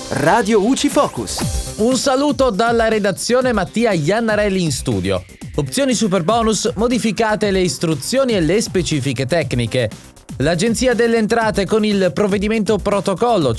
Radio UCI Focus. Un saluto dalla redazione Mattia Iannarelli in studio. Opzioni Superbonus, modificate le istruzioni e le specifiche tecniche. L'Agenzia delle Entrate con il provvedimento protocollo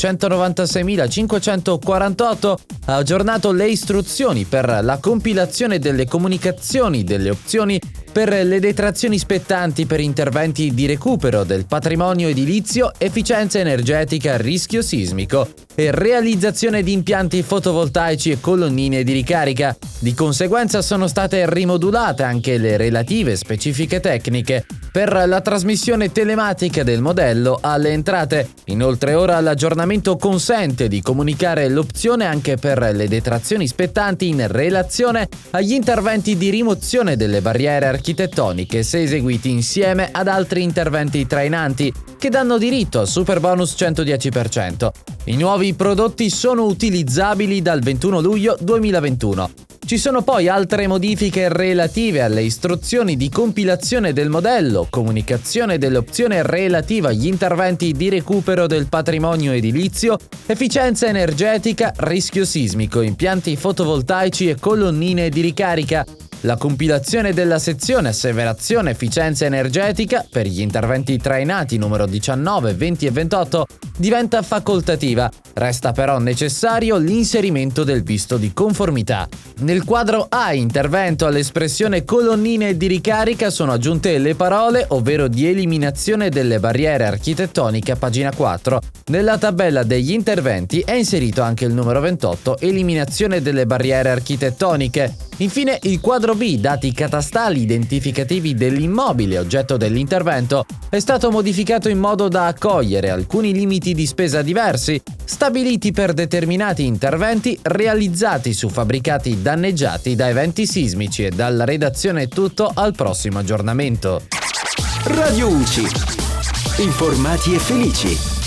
196.548 ha aggiornato le istruzioni per la compilazione delle comunicazioni delle opzioni per le detrazioni spettanti per interventi di recupero del patrimonio edilizio, efficienza energetica, rischio sismico e realizzazione di impianti fotovoltaici e colonnine di ricarica. Di conseguenza sono state rimodulate anche le relative specifiche tecniche per la trasmissione telematica del modello alle entrate. Inoltre ora l'aggiornamento consente di comunicare l'opzione anche per le detrazioni spettanti in relazione agli interventi di rimozione delle barriere architettoniche se eseguiti insieme ad altri interventi trainanti che danno diritto al Superbonus 110%. I nuovi prodotti sono utilizzabili dal 21 luglio 2021. Ci sono poi altre modifiche relative alle istruzioni di compilazione del modello, comunicazione dell'opzione relativa agli interventi di recupero del patrimonio edilizio, efficienza energetica, rischio sismico, impianti fotovoltaici e colonnine di ricarica. La compilazione della sezione asseverazione efficienza energetica per gli interventi trainati numero 19, 20 e 28 diventa facoltativa. Resta però necessario l'inserimento del visto di conformità. Nel quadro A intervento all'espressione colonnine di ricarica sono aggiunte le parole ovvero di eliminazione delle barriere architettoniche a pagina 4. Nella tabella degli interventi è inserito anche il numero 28, eliminazione delle barriere architettoniche. Infine il quadro B, dati catastali identificativi dell'immobile oggetto dell'intervento, è stato modificato in modo da accogliere alcuni limiti di spesa diversi, stabiliti per determinati interventi realizzati su fabbricati danneggiati da eventi sismici. E dalla redazione è tutto, al prossimo aggiornamento. Radio UCI. Informati e felici.